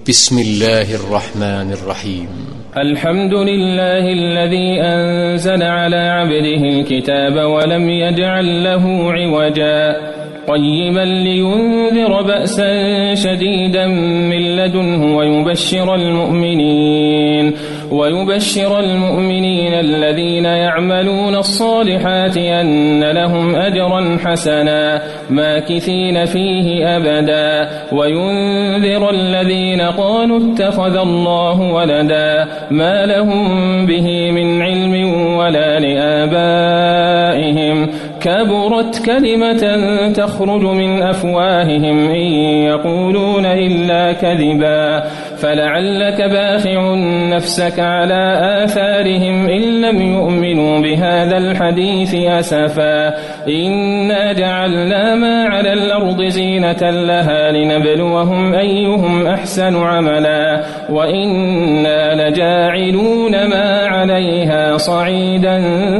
بسم الله الرحمن الرحيم. الحمد لله الذي أنزل على عبده الكتاب ولم يجعل له عوجا قيما لينذر بأسا شديدا من لدنه ويبشر المؤمنين الذين يعملون الصالحات أن لهم أجرا حسنا ماكثين فيه أبدا وينذر الذين قالوا اتخذ الله ولدا ما لهم به من علم ولا لآبائهم كبرت كلمة تخرج من أفواههم إن يقولون إلا كذبا فلعلك باخع نفسك على آثارهم إن لم يؤمنوا بهذا الحديث أسفا إنا جعلنا ما على الأرض زينة لها لنبلوهم أيهم أحسن عملا وإنا لجاعلون ما عليها صعيدا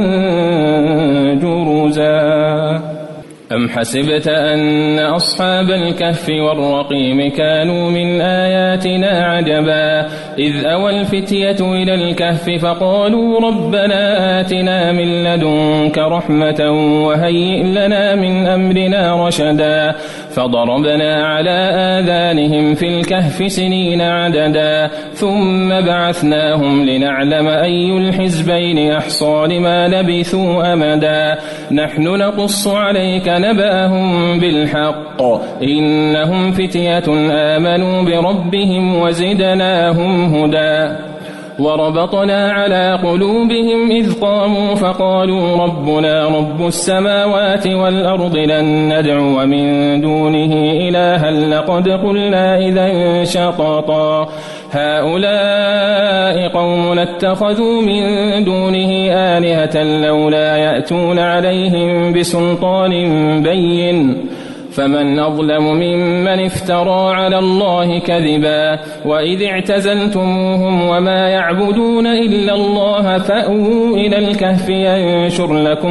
جرزا أم حسبت أن أصحاب الكهف والرقيم كانوا من آياتنا عجبا إذ أوى الفتية إلى الكهف فقالوا ربنا آتنا من لدنك رحمة وهيئ لنا من أمرنا رشدا فضربنا على آذانهم في الكهف سنين عددا ثم بعثناهم لنعلم أي الحزبين أحصى لما لبثوا أمدا نحن نقص عليك نبأهم بالحق إنهم فتية آمنوا بربهم وزدناهم هدى وربطنا على قلوبهم إذ قاموا فقالوا ربنا رب السماوات والأرض لن ندعو من دونه إلها لقد قلنا إذا شططا هؤلاء قوم اتخذوا من دونه آلهة لولا يأتون عليهم بسلطان بين فمن أظلم ممن افترى على الله كذبا وإذ اعتزلتموهم وما يعبدون إلا الله فأووا إلى الكهف ينشر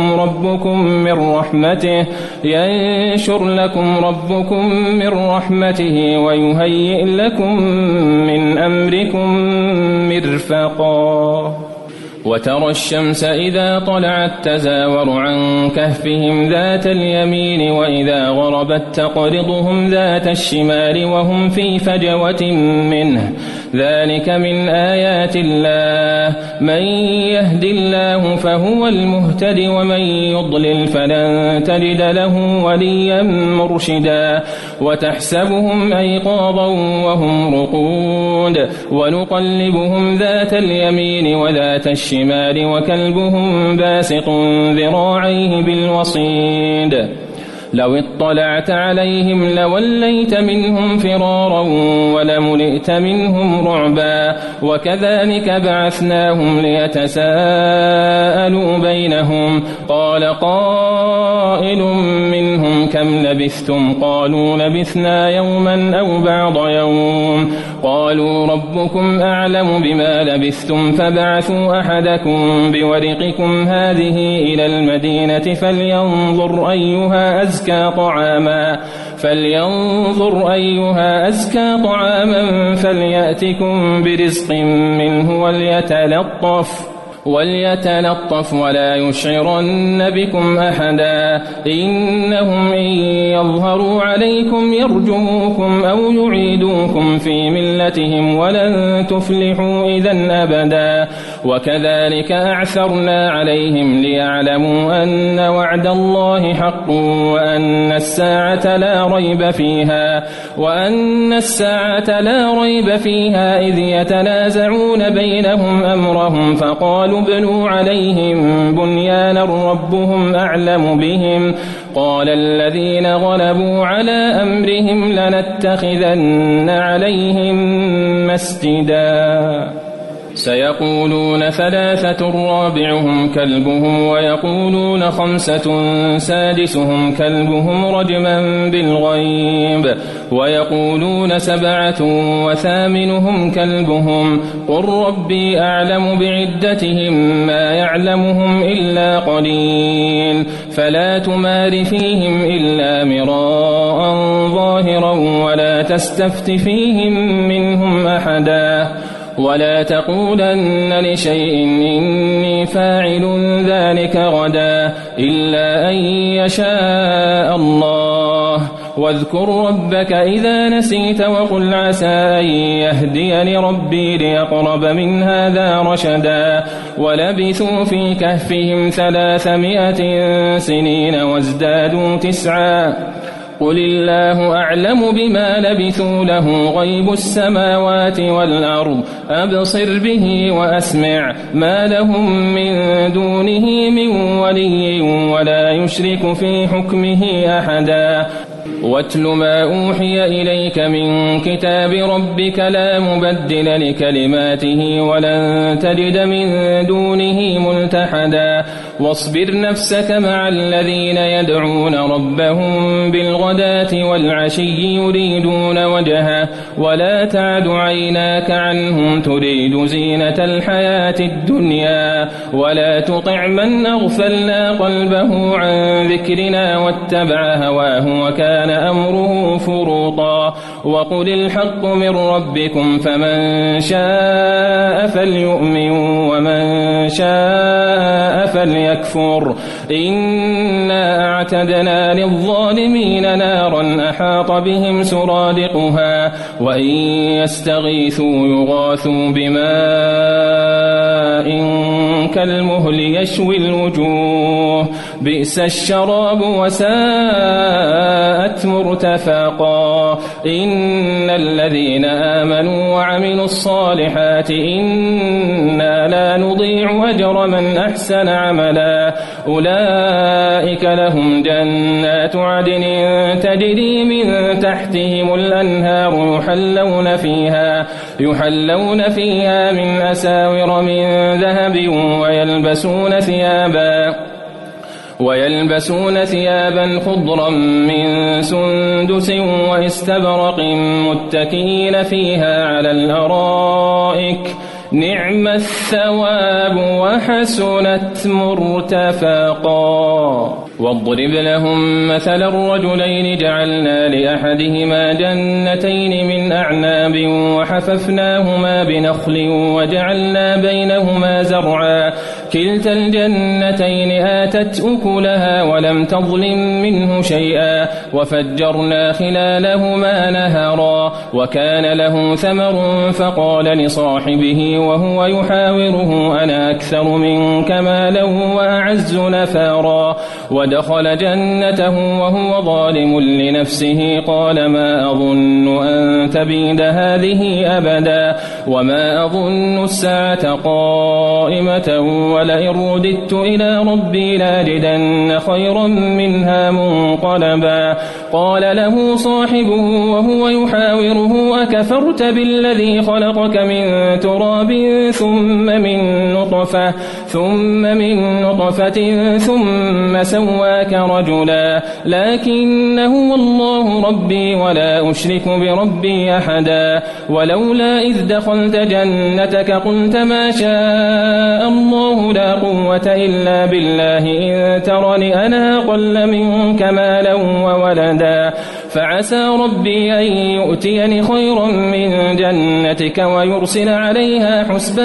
لكم ربكم من رحمته ويهيئ لكم من أمركم مرفقا وترى الشمس إذا طلعت تزاور عن كهفهم ذات اليمين وإذا غربت تقرضهم ذات الشمال وهم في فجوة منه ذلك من آيات الله من يهد الله فهو المهتد ومن يضلل فلن تجد له وليا مرشدا وتحسبهم أيقاظا وهم رقود ونقلبهم ذات اليمين وذات الشمال وكلبهم باسط ذراعيه بالوصيد لو اطلعت عليهم لوليت منهم فرارا ولملئت منهم رعبا وكذلك بعثناهم ليتساءلوا بينهم قال قائل منهم كم لبثتم قالوا لبثنا يوما أو بعض يوم قالوا ربكم أعلم بما لبثتم فبعثوا أحدكم بورقكم هذه إلى المدينة فلينظر أيها أزكى طعاما فليأتكم برزق منه وليتلطف ولا يشعرن بكم أحدا إنهم إن يظهروا عليكم يرجموكم أو يعيدوكم في ملتهم ولن تفلحوا إذن أبدا وكذلك أعثرنا عليهم ليعلموا أن وعد الله حق وأن الساعة لا ريب فيها إذ يتنازعون بينهم أمرهم فقالوا ابنوا عليهم بنيانا ربهم أعلم بهم قال الذين غلبوا على أمرهم لنتخذن عليهم مسجدا سيقولون 3 رابعهم كلبهم ويقولون 5 سادسهم كلبهم رجما بالغيب ويقولون 7 وثامنهم كلبهم قل ربي أعلم بعدتهم ما يعلمهم إلا قليل فلا تمار فيهم إلا مراء ظاهرا ولا تستفت فيهم منهم أحدا ولا تقولن لشيء إني فاعل ذلك غدا إلا أن يشاء الله واذكر ربك إذا نسيت وقل عسى أن يهديني ربي ليقرب من هذا رشدا ولبثوا في كهفهم 300 سنين وازدادوا 9 قل الله أعلم بما لبثوا له غيب السماوات والأرض أبصر به وأسمع ما لهم من دونه من ولي ولا يشرك في حكمه أحدا واتل ما أوحي إليك من كتاب ربك لا مبدل لكلماته ولن تجد من دونه ملتحدا واصبر نفسك مع الذين يدعون ربهم بالغداة والعشي يريدون وجهه ولا تعد عيناك عنهم تريد زينة الحياة الدنيا ولا تطع من أغفلنا قلبه عن ذكرنا واتبع هواه وكان أمره فرطا وقل الحق من ربكم فمن شاء فليؤمن ومن شاء فليكفر إنا أعتدنا للظالمين نارا أحاط بهم سرادقها وإن يستغيثوا يغاثوا بماء كالمهل يشوي الوجوه بئس الشراب وساءت مرتفقا إن الذين آمنوا وعملوا الصالحات إنا لا نضيع أجر من أحسن عملا أولئك لهم جنات عدن تجري من تحتهم الأنهار يحلون فيها من أساور من ذهب ويلبسون ثيابا خضرا من سندس واستبرق متكئين فيها على الأرائك نعم الثواب وحسنت مرتفقا واضرب لهم مثل الرجلين جعلنا لأحدهما جنتين من أعناب وحففناهما بنخل وجعلنا بينهما زرعا كلتا الجنتين آتت أكلها ولم تظلم منه شيئا وفجرنا خلالهما نهرا وكان له ثمر فقال لصاحبه وهو يحاوره أنا أكثر منك مالا وأعز نفارا ودخل جنته وهو ظالم لنفسه قال ما أظن أن تبيد هذه أبدا وما أظن الساعة قائمة ولئن رددت إلى ربي لاجدن خيرا منها منقلبا قال له صاحبه وهو يحاوره أكفرت بالذي خلقك من تراب ثم من نطفة ثم سواك رجلا لكنه الله ربي ولا أشرك بربي أحدا ولولا إذ دخلت جنتك قلت ما شاء الله لا قوة إلا بالله إن ترني أنا أقل منك مالا وولدا فعسى ربي أن يؤتيني خيرا من جنتك ويرسل عليها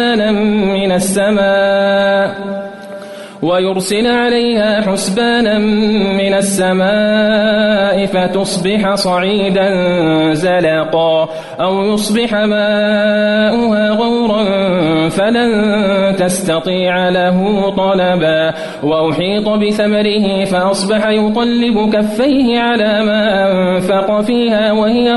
حسبانا من السماء فتصبح صعيدا زلقا أو يصبح ماؤها غورا فلن تستطيع له طلبا وأحيط بثمره فأصبح يقلب كفيه على ما أنفق فيها وهي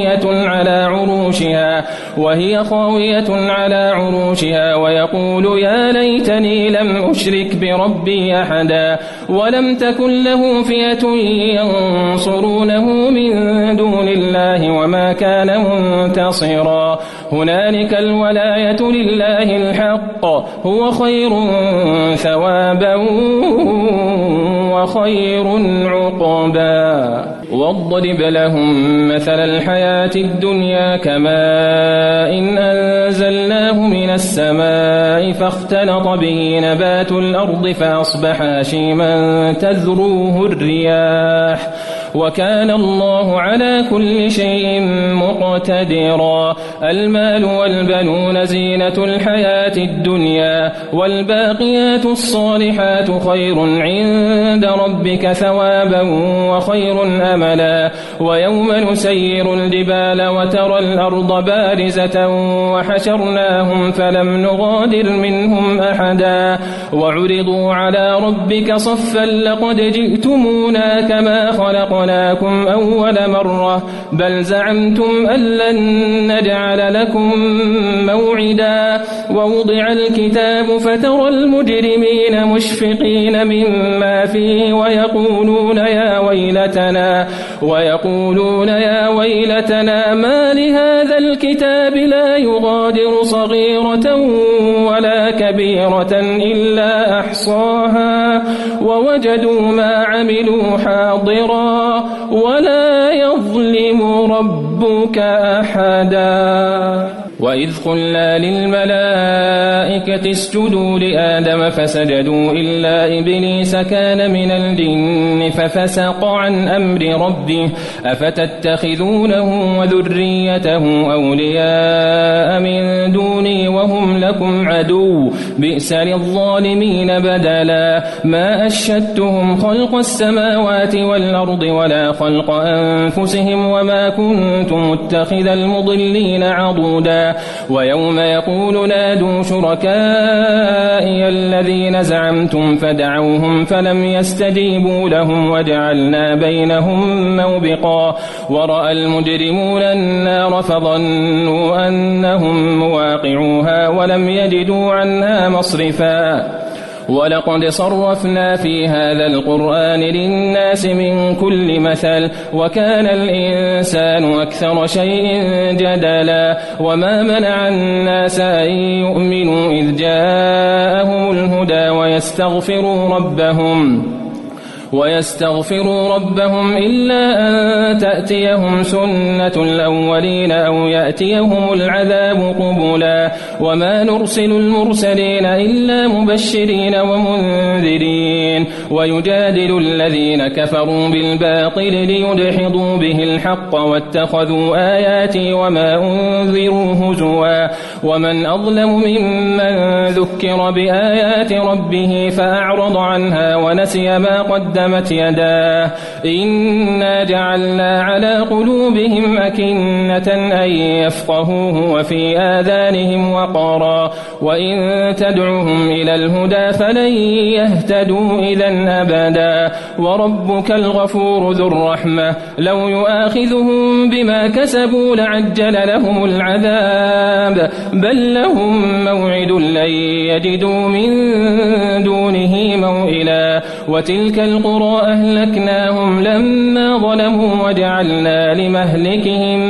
خاوية على عروشها ويقول يا ليتني لم أشرك بربي أحدا ولم تكن له فئة ينصرونه من دون الله وما كان منتصرا هنالك الولاية لله الحق هو خير ثوابا وخير عقبا واضرب لهم مثل الحياة الدنيا كماء إن أنزلناه من السماء فاختلط به نبات الأرض فأصبح هشيما تذروه الرياح وكان الله على كل شيء مقتدرا. المال والبنون زينة الحياة الدنيا، والباقيات الصالحات خير عند ربك ثوابا وخير أملا. ويوم نسير الجبال وترى الأرض بارزة وحشرناهم فلم نغادر منهم أحدا وعرضوا على ربك صفا لقد جئتمونا كما خلقناكم أول مرة بل زعمتم أن لن نجعل لكم موعدا. ووضع الكتاب فترى المجرمين مشفقين مما فيه ويقولون يا ويلتنا ما لهذا الكتاب لا يغادر صغيرة ولا كبيرة إلا أحصاها ووجدوا ما عملوا حاضرا ولا يظلم ربك أحدا. وإذ قلنا للملائكة اسجدوا لآدم فسجدوا إلا إبليس كان من الجن ففسق عن أمر ربه أفتتخذونه وذريته أولياء من دوني وهم لكم عدو بئس للظالمين بدلا. ما أشهدتهم خلق السماوات والأرض ولا خلق أنفسهم وما كنت متخذ المضلين عضودا. ويوم يقول نادوا شركائي الذين زعمتم فدعوهم فلم يستجيبوا لهم وجعلنا بينهم موبقا. ورأى المجرمون النار فظنوا أنهم مواقعوها ولم يجدوا عنها مصرفا. ولقد صرفنا في هذا القرآن للناس من كل مثل وكان الإنسان أكثر شيء جدلا. وما منع الناس أن يؤمنوا إذ جاءهم الهدى ويستغفروا ربهم إلا أن تأتيهم سنة الأولين أو يأتيهم العذاب قبلا. وما نرسل المرسلين إلا مبشرين ومنذرين ويجادل الذين كفروا بالباطل ليدحضوا به الحق واتخذوا آياتي وما أنذروا هزوا. ومن أظلم ممن ذكر بآيات ربه فأعرض عنها ونسي ما قدمت يداه. إنا جعلنا على قلوبهم أكنة أن يفقهوه وفي آذانهم وقرا وإن تدعوهم إلى الهدى فلن يهتدوا إذا أبدا. وربك الغفور ذو الرحمة لو يؤاخذهم بما كسبوا لعجل لهم العذاب بل لهم موعد لن يجدوا من دونه موئلا. وتلك القرى أهلكناهم لما ظلموا وجعلنا لمهلكهم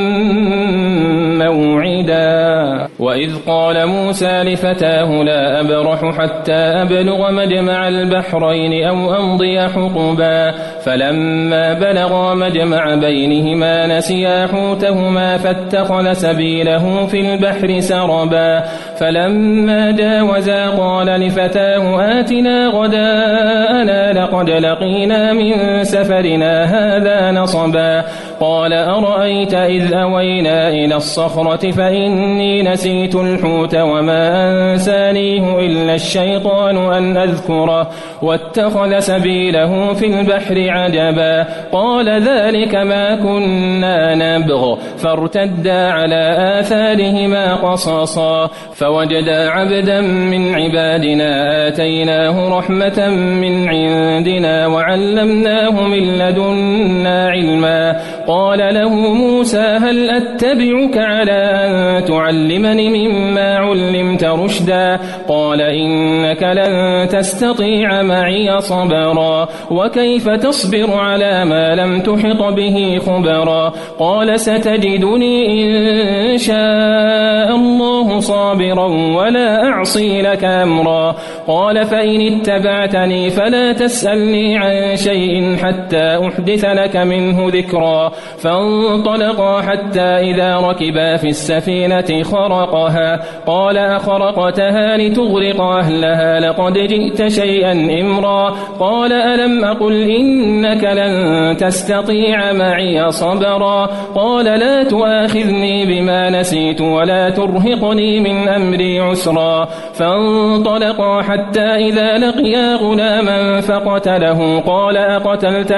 موعدا. وإذ قال موسى لفتاه لا أبرح حتى أبلغ مجمع البحرين أو أمضي حقبا فلما بلغا مجمع بينهما نسيا حوتهما فاتخذ سبيله في البحر سربا. فلما جاوزا قال لفتاه آتنا غداءنا لقد لقينا من سفرنا هذا نصبا. قال أرأيت إذ أوينا إلى الصخرة فإني نسيت الحوت وما أنسانيه إلا الشيطان أن أذكره واتخذ سبيله في البحر عجبا. قال ذلك ما كنا نبغ فارتدا على آثارهما قصصا فوجدا عبدا من عبادنا آتيناه رحمة من عندنا وعلمناه من لدنا علما. قال له موسى هل أتبعك على أن تعلمني مما علمت رشدا. قال إنك لن تستطيع معي صبرا وكيف تصبر على ما لم تحط به خبرا. قال ستجدني إن شاء الله الله صابرا ولا أعصي لك أمرا. قال فإن اتبعتني فلا تسألني عن شيء حتى أحدث لك منه ذكرا. فانطلقا حتى إذا ركبا في السفينة خرقها. قال أخرقتها لتغرق أهلها لقد جئت شيئا إمرا. قال ألم أقل إنك لن تستطيع معي صبرا. قال لا تؤاخذني بما نسيت ولا ترهقني من أمري عسرا. فانطلقا حتى إذا لقيا غلاما فقتله. قال أقتلت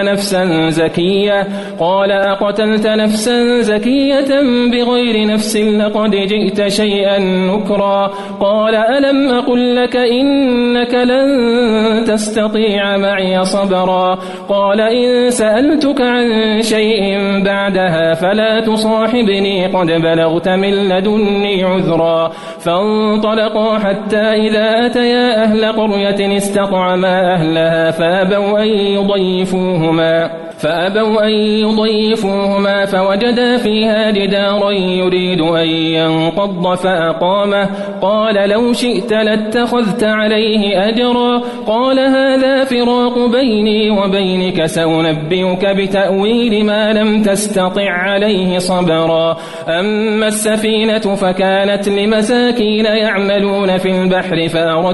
نفسا زكية بغير نفس لقد جئت شيئا نكرا. قال ألم أقل لك إنك لن تستطيع معي صبرا. قال إن سألتك عن شيء بعدها فلا تصاحبني قد بلغت من لدني عذرا. فانطلقا حتى إذا أتيا أهل قرية استطعما أهلها فأبوا أن يضيفوهما فوجدا فيها جدارا يريد أن ينقض فأقامه. قال لو شئت لاتخذت عليه أجرا. قال هذا فراق بيني وبينك سأنبئك بتأويل ما لم تستطع عليه صبرا. أما السفينة فكانت لمساكين يعملون في البحر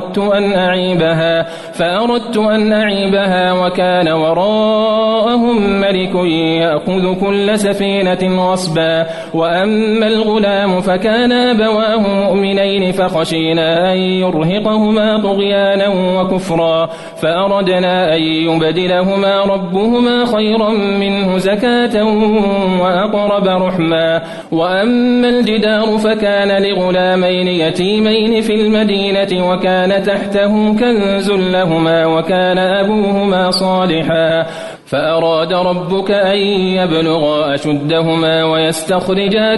فأردت أن أعيبها وكان وراءهم ملك يأخذ كل سفينة غصبا. وأما الغلام فكان أبواه مؤمنين فخشينا أن يرهقهما طغيانا وكفرا. فأردنا أن يبدلهما ربهما خيرا منه زكاة وأقرب رحما. وأما الجدار فكان لغلامين يتيمين في المدينة وكان تحته كنز لهما وكان أبوهما صالحا. فأراد ربك أن يبلغا أشدهما ويستخرجا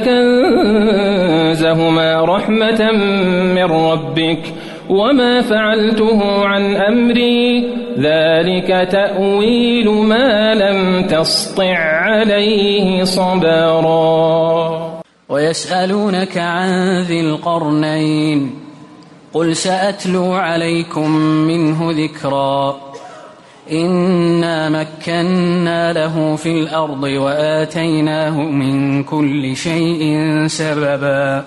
كنزهما رحمة من ربك وما فعلته عن أمري ذلك تأويل ما لم تسطع عليه صبرا. ويسألونك عن ذي القرنين قل سأتلو عليكم منه ذكرا. إنا مكنا له في الأرض وآتيناه من كل شيء سببا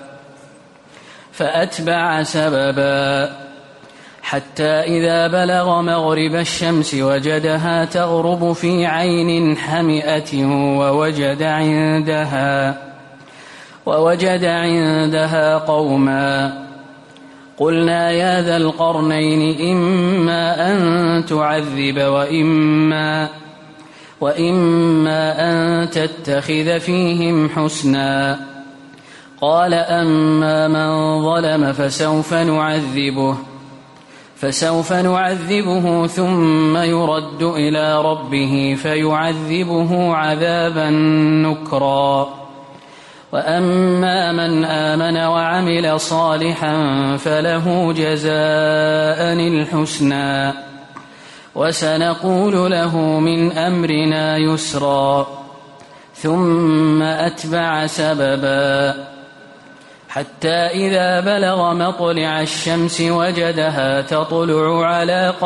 فأتبع سببا حتى إذا بلغ مغرب الشمس وجدها تغرب في عين حمئة ووجد عندها قوما. قلنا يا ذا القرنين إما أن تعذب وإما أن تتخذ فيهم حسنا. قال أما من ظلم فسوف نعذبه ثم يرد إلى ربه فيعذبه عذابا نكرا. وأما من آمن وعمل صالحا فله جزاء الحسنى وسنقول له من أمرنا يسرا. ثم أتبع سببا حتى إذا بلغ مطلع الشمس وجدها تطلع على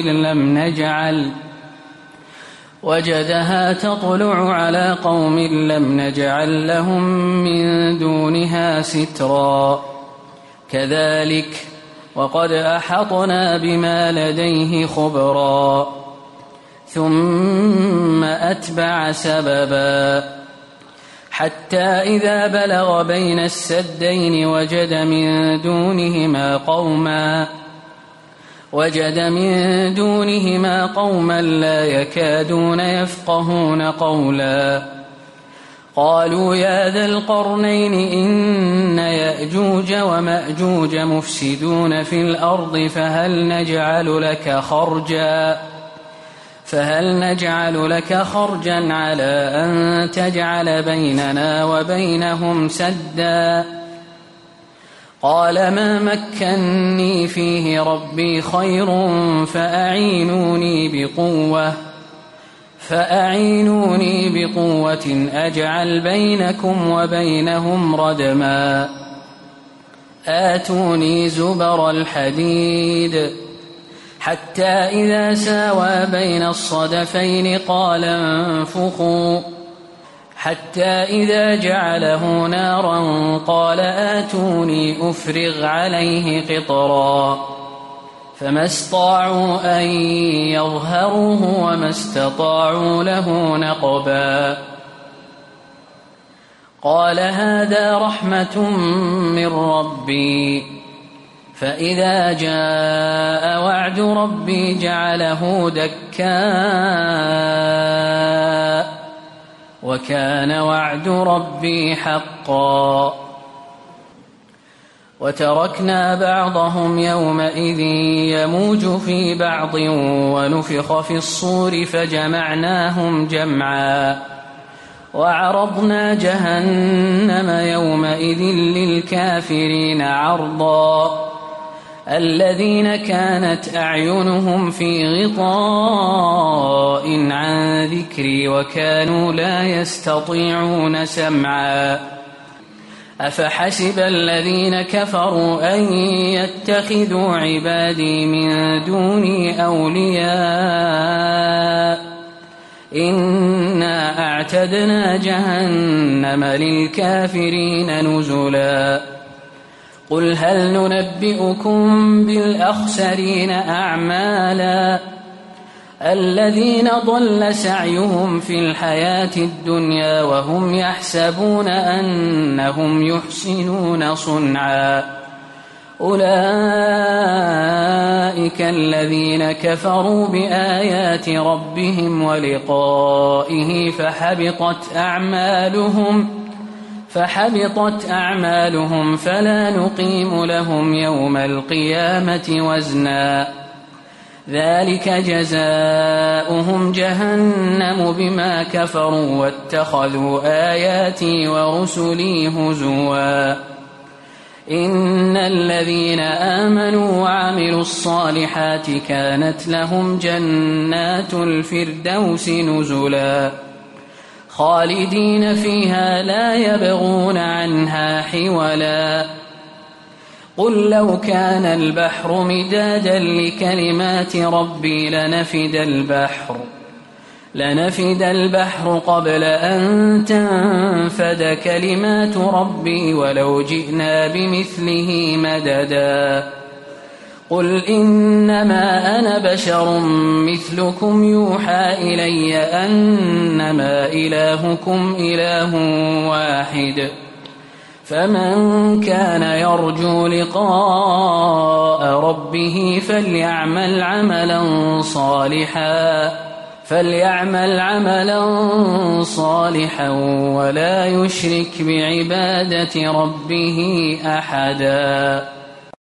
قوم لم نجعل لهم من دونها سترا. كذلك وقد أحطنا بما لديه خبرا. ثم أتبع سببا حتى إذا بلغ بين السدين وجد من دونهما قوما لا يكادون يفقهون قولا. قالوا يا ذا القرنين إن يأجوج ومأجوج مفسدون في الأرض فهل نجعل لك خرجا على أن تجعل بيننا وبينهم سدا. قال ما مكني فيه ربي خير فأعينوني بقوة أجعل بينكم وبينهم ردما. آتوني زبر الحديد حتى إذا ساوى بين الصدفين قال انفخوا حتى إذا جعله نارا قال آتوني أفرغ عليه قطرا فما استطاعوا أن يظهروه وما استطاعوا له نقبا قال هذا رحمة من ربي فإذا جاء وعد ربي جعله دكاء وكان وعد ربي حقا وتركنا بعضهم يومئذ يموج في بعض ونفخ في الصور فجمعناهم جمعا وعرضنا جهنم يومئذ للكافرين عرضا الذين كانت أعينهم في غطاء عن ذكري وكانوا لا يستطيعون سمعا أفحسب الذين كفروا أن يتخذوا عبادي من دوني أولياء إنا أعتدنا جهنم للكافرين نزلا قل هل ننبئكم بالأخسرين أعمالا الذين ضل سعيهم في الحياة الدنيا وهم يحسبون أنهم يحسنون صنعا أولئك الذين كفروا بآيات ربهم ولقائه فحبطت أعمالهم فلا نقيم لهم يوم القيامة وزنا ذلك جزاؤهم جهنم بما كفروا واتخذوا آياتي ورسلي هزوا إن الذين آمنوا وعملوا الصالحات كانت لهم جنات الفردوس نزلا خالدين فيها لا يبغون عنها حولا قل لو كان البحر مدادا لكلمات ربي لنفد البحر قبل أن تنفد كلمات ربي ولو جئنا بمثله مددا قل إنما أنا بشر مثلكم يوحى إلي أنما إلهكم إله واحد فمن كان يرجو لقاء ربه فليعمل عملا صالحا ولا يشرك بعبادة ربه أحدا